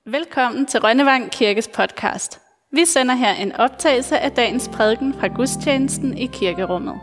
Velkommen til Rønnevang Kirkes podcast. Vi sender her en optagelse af dagens prædiken fra gudstjenesten i kirkerummet.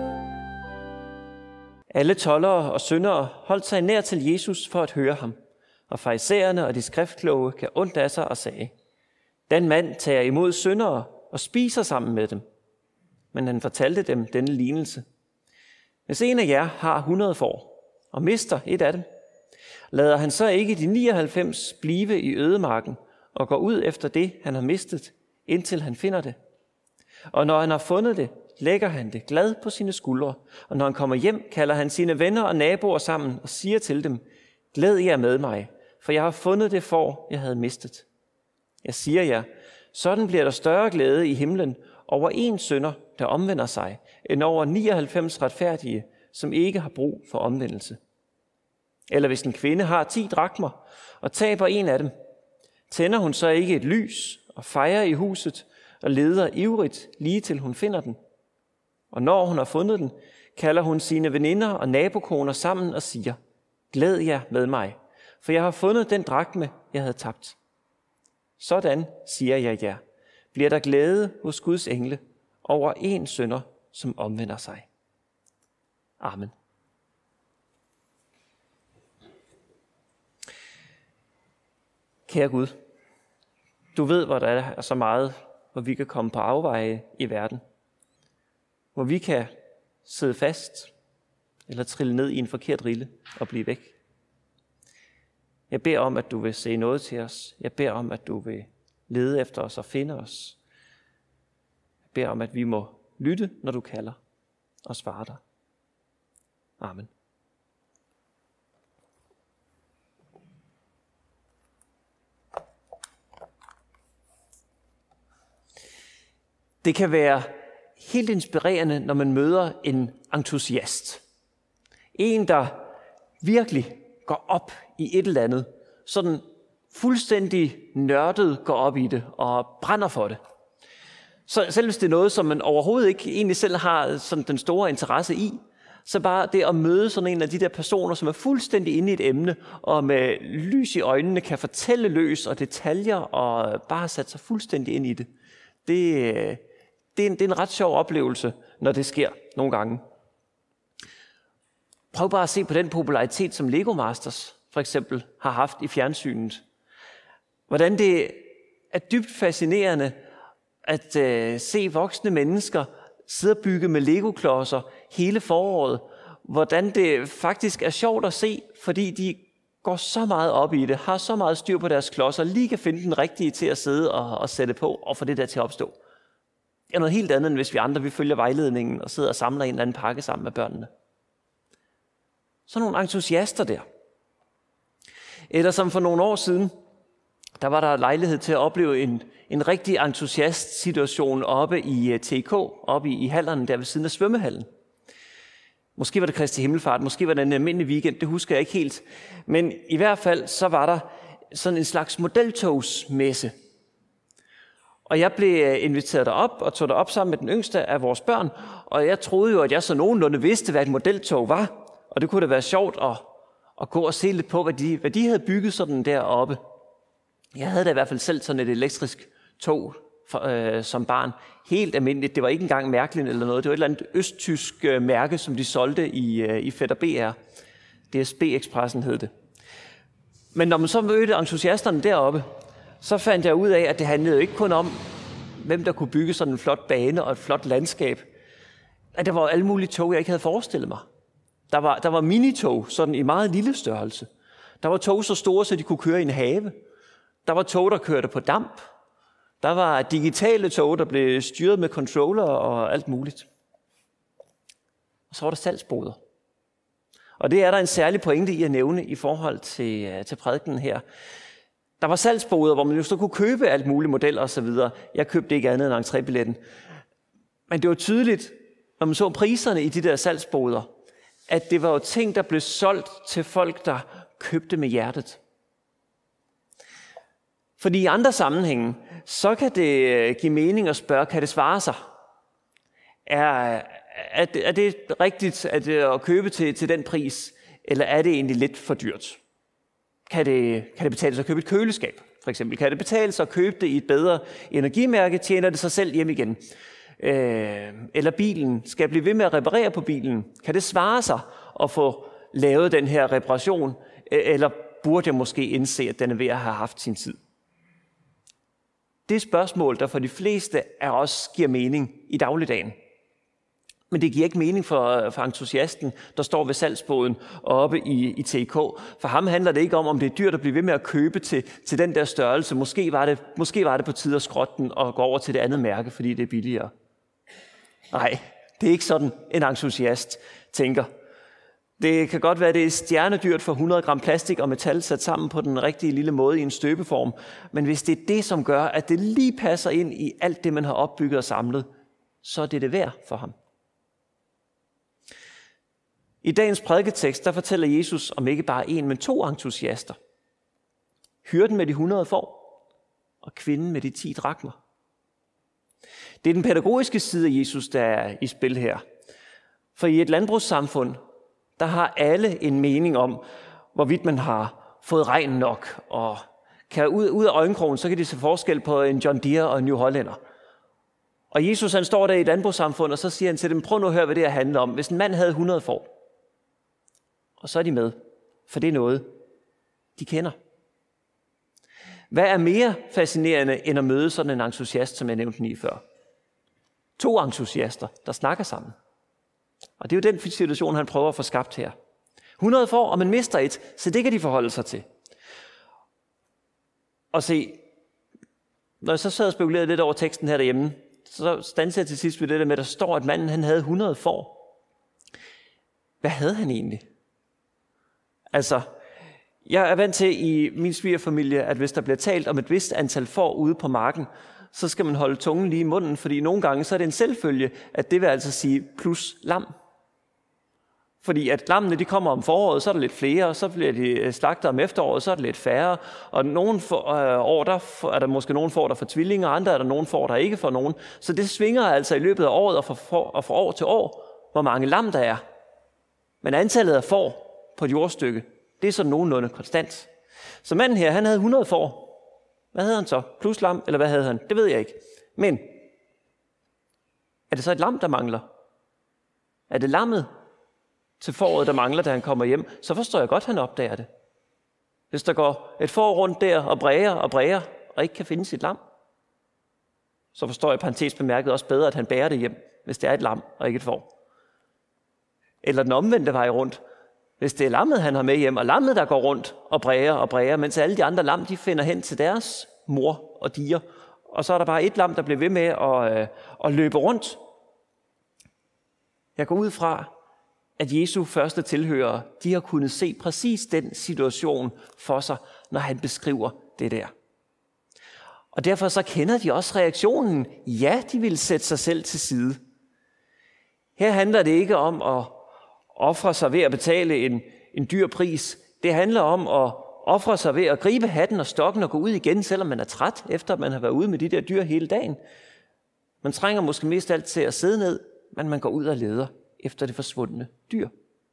Alle toldere og syndere holdt sig nær til Jesus for at høre ham, og farisæerne og de skriftkloge gav ondt af sig og sagde: Den mand tager imod syndere og spiser sammen med dem. Men han fortalte dem denne lignelse: Hvis en af jer har 100 får og mister et af dem, lader han så ikke de 99 blive i ødemarken og går ud efter det, han har mistet, indtil han finder det. Og når han har fundet det, lægger han det glad på sine skuldre, og når han kommer hjem, kalder han sine venner og naboer sammen og siger til dem: Glæd jer med mig, for jeg har fundet det får, jeg havde mistet. Jeg siger jer, sådan bliver der større glæde i himlen over en synder, der omvender sig, end over 99 retfærdige, som ikke har brug for omvendelse. Eller hvis en kvinde har 10 drakmer og taber en af dem, tænder hun så ikke et lys og fejrer i huset og leder ivrigt lige til hun finder den. Og når hun har fundet den, kalder hun sine veninder og nabokoner sammen og siger: Glæd jer med mig, for jeg har fundet den drakme, jeg havde tabt. Sådan, siger jeg jer, bliver der glæde hos Guds engle over en synder, som omvender sig. Amen. Kære Gud, du ved, hvor der er så meget, hvor vi kan komme på afveje i verden. Hvor vi kan sidde fast eller trille ned i en forkert rille og blive væk. Jeg beder om, at du vil se noget til os. Jeg beder om, at du vil lede efter os og finde os. Jeg beder om, at vi må lytte, når du kalder, og svare dig. Amen. Det kan være helt inspirerende, når man møder en entusiast. En, der virkelig går op i et eller andet. Sådan fuldstændig nørdet går op i det og brænder for det. Så selv hvis det er noget, som man overhovedet ikke egentlig selv har sådan den store interesse i, så bare det at møde sådan en af de der personer, som er fuldstændig inde i et emne, og med lys i øjnene kan fortælle løs og detaljer, og bare har sat sig fuldstændig ind i det. Det er en ret sjov oplevelse, når det sker nogle gange. Prøv bare at se på den popularitet, som Lego Masters for eksempel har haft i fjernsynet. Hvordan det er dybt fascinerende at se voksne mennesker sidde og bygge med Lego-klodser hele foråret. Hvordan det faktisk er sjovt at se, fordi de går så meget op i det, har så meget styr på deres klodser, lige kan finde den rigtige til at sidde og sætte på og få det der til at opstå. Det er noget helt andet, end hvis vi andre vi følger vejledningen og sidder og samler en eller anden pakke sammen med børnene. Så nogle entusiaster der. Eller som for nogle år siden, der var der lejlighed til at opleve en rigtig entusiast-situation oppe i TK, oppe i hallerne der ved siden af svømmehallen. Måske var det Kristi Himmelfart, måske var det en almindelig weekend, det husker jeg ikke helt. Men i hvert fald så var der sådan en slags modeltogsmesse. Og jeg blev inviteret derop og tog derop sammen med den yngste af vores børn. Og jeg troede jo, at jeg så nogenlunde vidste, hvad et modeltog var. Og det kunne da være sjovt at gå og se lidt på, hvad de havde bygget sådan deroppe. Jeg havde da i hvert fald selv sådan et elektrisk tog som barn. Helt almindeligt. Det var ikke engang mærkeligt eller noget. Det var et eller andet østtysk mærke, som de solgte i Fætter BR. DSB Expressen hed det. Men når man så mødte entusiasterne deroppe, så fandt jeg ud af, at det handlede jo ikke kun om, hvem der kunne bygge sådan en flot bane og et flot landskab. At der var alle mulige tog, jeg ikke havde forestillet mig. Der var minitog, sådan i meget lille størrelse. Der var tog så store, så de kunne køre i en have. Der var tog, der kørte på damp. Der var digitale tog, der blev styret med controller og alt muligt. Og så var der salgsboder. Og det er der en særlig pointe i at nævne i forhold til prædikenen her. Der var salgsboder, hvor man jo så kunne købe alt muligt modeller og så videre. Jeg købte ikke andet end entrébilletten. Men det var tydeligt, når man så priserne i de der salgsboder, at det var jo ting, der blev solgt til folk, der købte med hjertet. Fordi i andre sammenhænge, så kan det give mening at spørge, kan det svare sig? Er det rigtigt at købe til den pris, eller er det egentlig lidt for dyrt? Kan det betale sig at købe et køleskab, for For eksempel, kan det betale sig at købe det i et bedre energimærke, tjener det sig selv hjem igen? Eller bilen, skal jeg blive ved med at reparere på bilen? Kan det svare sig at få lavet den her reparation? Eller burde jeg måske indse, at den er ved at have haft sin tid? Det er spørgsmål, der for de fleste af os giver mening i dagligdagen. Men det giver ikke mening for entusiasten, der står ved salgsboden og oppe i TK. For ham handler det ikke om det er dyrt at blive ved med at købe til den der størrelse. Måske var det på tide at skrotte den og gå over til det andet mærke, fordi det er billigere. Nej, det er ikke sådan en entusiast tænker. Det kan godt være, at det er stjernedyrt for 100 gram plastik og metal sat sammen på den rigtige lille måde i en støbeform. Men hvis det er det, som gør, at det lige passer ind i alt det, man har opbygget og samlet, så er det værd for ham. I dagens prædiketekst, der fortæller Jesus om ikke bare en, men 2 entusiaster. Hyrden med de 100 får, og kvinden med de 10 drakmer. Det er den pædagogiske side af Jesus, der er i spil her. For i et landbrugssamfund, der har alle en mening om, hvorvidt man har fået regn nok, og kan ud af øjenkrogen, så kan de se forskel på en John Deere og en New Hollander. Og Jesus han står der i et landbrugssamfund, og så siger han til dem, prøv nu at høre, hvad det her handler om. Hvis en mand havde 100 får, og så er de med, for det er noget, de kender. Hvad er mere fascinerende, end at møde sådan en entusiast, som jeg nævnte lige før? 2 entusiaster, der snakker sammen. Og det er jo den situation, han prøver at få skabt her. 100 får, og man mister et, så det kan de forholde sig til. Og se, når jeg så sad og spekulerede lidt over teksten her derhjemme, så standser jeg til sidst ved det der med, at der står, at manden han havde 100 får. Hvad havde han egentlig? Altså, jeg er vant til i min svigerfamilie, at hvis der bliver talt om et vist antal får ude på marken, så skal man holde tungen lige i munden, fordi nogle gange så er det en selvfølge, at det vil altså sige plus lam. Fordi at lammene de kommer om foråret, så er der lidt flere, og så bliver de slagtet om efteråret, så er der lidt færre. Og nogle år, der er der måske nogle får, der får tvillinger, og andre er der nogle får, der ikke får nogen. Så det svinger altså i løbet af året og fra år til år, hvor mange lam der er. Men antallet af får på et jordstykke, det er sådan nogenlunde konstant. Så manden her, han havde 100 får. Hvad havde han så? Plus lam, eller hvad havde han? Det ved jeg ikke. Men er det så et lam, der mangler? Er det lammet til foråret, der mangler, da han kommer hjem? Så forstår jeg godt, at han opdager det. Hvis der går et får rundt der og bræger, og ikke kan finde sit lam, så forstår jeg parentes bemærket også bedre, at han bærer det hjem, hvis det er et lam og ikke et får. Eller den omvendte vej rundt. Hvis det er lammet, han har med hjem, og lammet, der går rundt og bræger, mens alle de andre lam, de finder hen til deres mor og dier. Og så er der bare et lam, der bliver ved med at løbe rundt. Jeg går ud fra, at Jesu første tilhørere, de har kunnet se præcis den situation for sig, når han beskriver det der. Og derfor så kender de også reaktionen. Ja, de vil sætte sig selv til side. Her handler det ikke om at ofre sig ved at betale en dyr pris. Det handler om at ofre sig ved at gribe hatten og stokken og gå ud igen, selvom man er træt, efter man har været ude med de der dyr hele dagen. Man trænger måske mest alt til at sidde ned, men man går ud og leder efter det forsvundne dyr.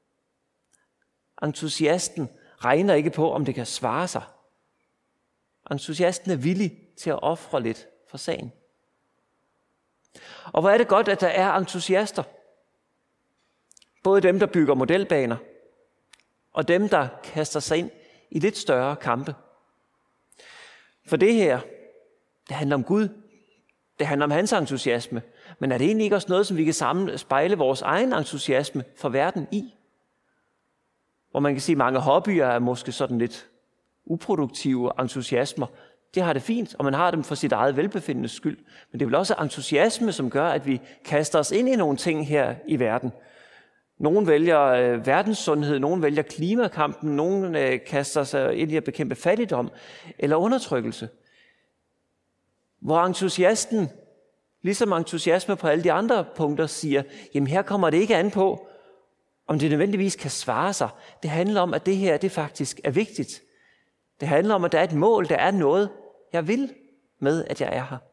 Entusiasten regner ikke på, om det kan svare sig. Entusiasten er villig til at ofre lidt for sagen. Og hvor er det godt, at der er entusiaster. Både dem, der bygger modelbaner, og dem, der kaster sig ind i lidt større kampe. For det her, det handler om Gud. Det handler om hans entusiasme. Men er det egentlig ikke også noget, som vi kan spejle vores egen entusiasme for verden i? Hvor man kan sige, at mange hobbyer er måske sådan lidt uproduktive entusiasmer. Det har det fint, og man har dem for sit eget velbefindendes skyld. Men det er vel også entusiasme, som gør, at vi kaster os ind i nogle ting her i verden. Nogle vælger verdenssundhed, nogle vælger klimakampen, nogle kaster sig ind i at bekæmpe fattigdom eller undertrykkelse. Hvor entusiasten, ligesom entusiasme på alle de andre punkter, siger, jamen her kommer det ikke an på, om det nødvendigvis kan svare sig. Det handler om, at det her det faktisk er vigtigt. Det handler om, at der er et mål, der er noget, jeg vil med, at jeg er her.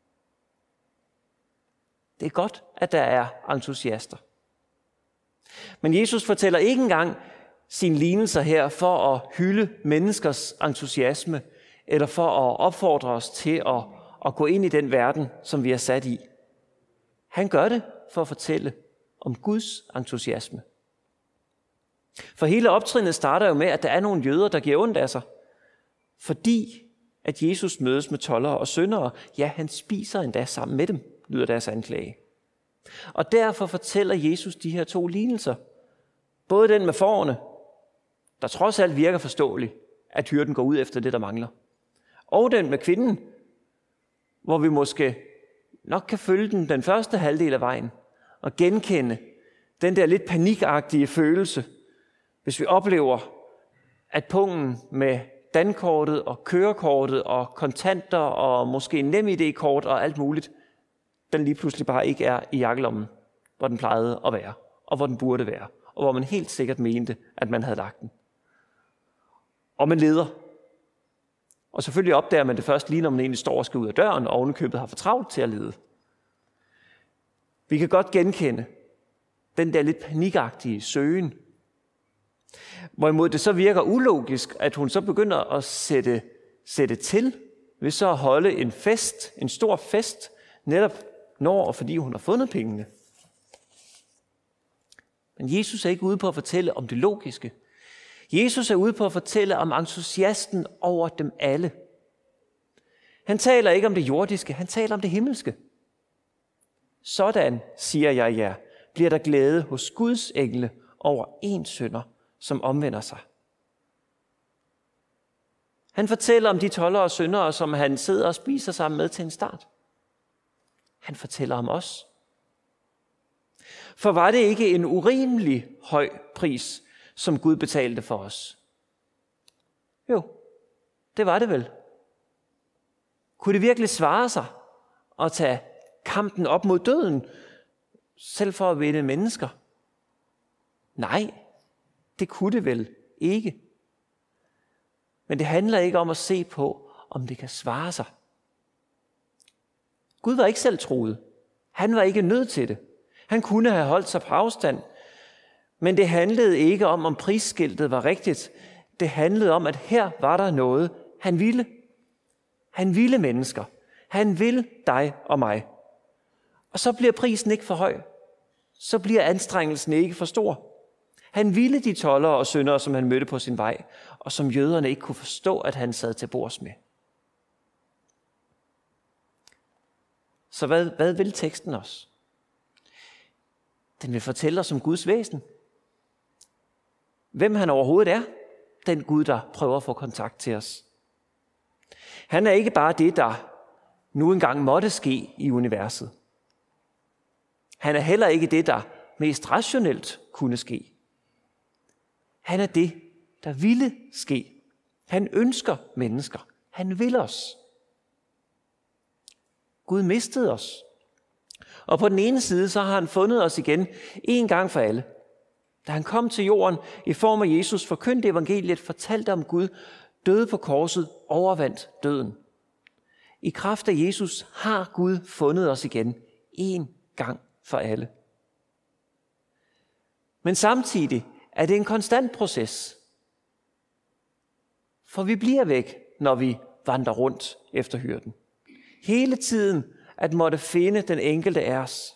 Det er godt, at der er entusiaster. Men Jesus fortæller ikke engang sine lignelser her for at hylde menneskers entusiasme, eller for at opfordre os til at gå ind i den verden, som vi er sat i. Han gør det for at fortælle om Guds entusiasme. For hele optrinnet starter jo med, at der er nogle jøder, der giver ondt af sig, fordi at Jesus mødes med toldere og syndere. Ja, han spiser endda sammen med dem, lyder deres anklage. Og derfor fortæller Jesus de her to lignelser. Både den med fårene, der trods alt virker forståelig, at hyrden går ud efter det, der mangler. Og den med kvinden, hvor vi måske nok kan følge den første halvdel af vejen og genkende den der lidt panikagtige følelse, hvis vi oplever, at pungen med dankortet og kørekortet og kontanter og måske NemID-kort og alt muligt, den lige pludselig bare ikke er i jakkelommen, hvor den plejede at være, og hvor den burde være, og hvor man helt sikkert mente, at man havde lagt den. Og man leder. Og selvfølgelig opdager man det først lige, når man egentlig står og skal ud af døren, og ovenikøbet har for travlt til at lede. Vi kan godt genkende den der lidt panikagtige søgen. Hvorimod det så virker ulogisk, at hun så begynder at sætte til, ved så at holde en fest, en stor fest, netop når og fordi hun har fundet pengene. Men Jesus er ikke ude på at fortælle om det logiske. Jesus er ude på at fortælle om entusiasten over dem alle. Han taler ikke om det jordiske, han taler om det himmelske. Sådan, siger jeg jer, bliver der glæde hos Guds engle over en synder, som omvender sig. Han fortæller om de toldere og syndere, som han sidder og spiser sammen med til en start. Han fortæller om os. For var det ikke en urimelig høj pris, som Gud betalte for os? Jo, det var det vel. Kunne det virkelig svare sig at tage kampen op mod døden, selv for at vinde mennesker? Nej, det kunne det vel ikke. Men det handler ikke om at se på, om det kan svare sig. Gud var ikke selv truet. Han var ikke nødt til det. Han kunne have holdt sig på afstand. Men det handlede ikke om prisskiltet var rigtigt. Det handlede om, at her var der noget, han ville. Han ville mennesker. Han vil dig og mig. Og så bliver prisen ikke for høj. Så bliver anstrengelsen ikke for stor. Han ville de toldere og syndere, som han mødte på sin vej, og som jøderne ikke kunne forstå, at han sad til bords med. Så hvad vil teksten os? Den vil fortælle os om Guds væsen. Hvem han overhovedet er, den Gud, der prøver at få kontakt til os. Han er ikke bare det, der nu engang måtte ske i universet. Han er heller ikke det, der mest rationelt kunne ske. Han er det, der ville ske. Han ønsker mennesker. Han vil os. Gud mistede os. Og på den ene side, så har han fundet os igen en gang for alle. Da han kom til jorden i form af Jesus, forkyndte evangeliet, fortalte om Gud, døde på korset, overvandt døden. I kraft af Jesus har Gud fundet os igen en gang for alle. Men samtidig er det en konstant proces. For vi bliver væk, når vi vandrer rundt efter hyrden. Hele tiden at måtte finde den enkelte af os.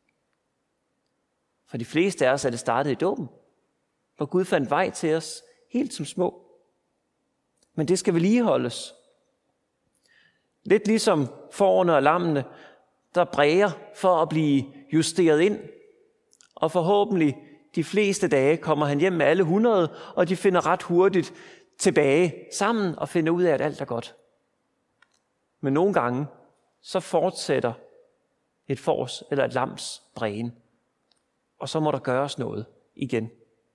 For de fleste af os er det startet i dåben, hvor Gud fandt vej til os helt som små. Men det skal vedligeholdes. Lidt ligesom fårene og lammene, der bræger for at blive justeret ind. Og forhåbentlig de fleste dage kommer han hjem med alle 100, og de finder ret hurtigt tilbage sammen og finder ud af, at alt er godt. Men nogle gange, så fortsætter et fårs eller et lams brægen. Og så må der gøres noget igen.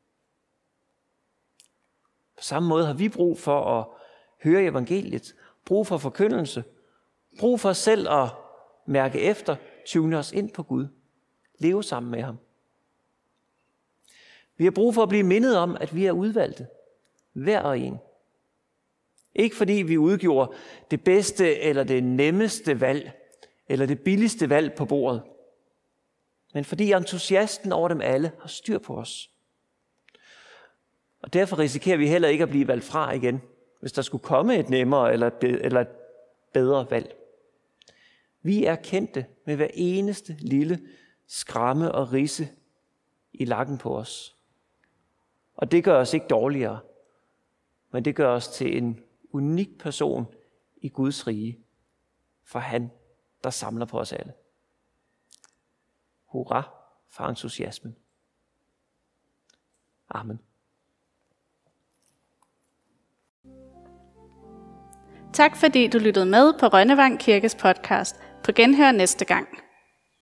På samme måde har vi brug for at høre evangeliet, brug for forkyndelse, brug for selv at mærke efter, tune os ind på Gud, leve sammen med ham. Vi har brug for at blive mindet om, at vi er udvalgte, hver og en. Ikke fordi vi udgjorde det bedste eller det nemmeste valg, eller det billigste valg på bordet, men fordi entusiasten over dem alle har styr på os. Og derfor risikerer vi heller ikke at blive valgt fra igen, hvis der skulle komme et nemmere eller et bedre valg. Vi er kendte med hver eneste lille skramme og ridse i lakken på os. Og det gør os ikke dårligere, men det gør os til en unik person i Guds rige, for han, der samler på os alle. Hurra for entusiasmen. Amen. Tak fordi du lyttede med på Rønnevang Kirkes podcast. På genhør næste gang.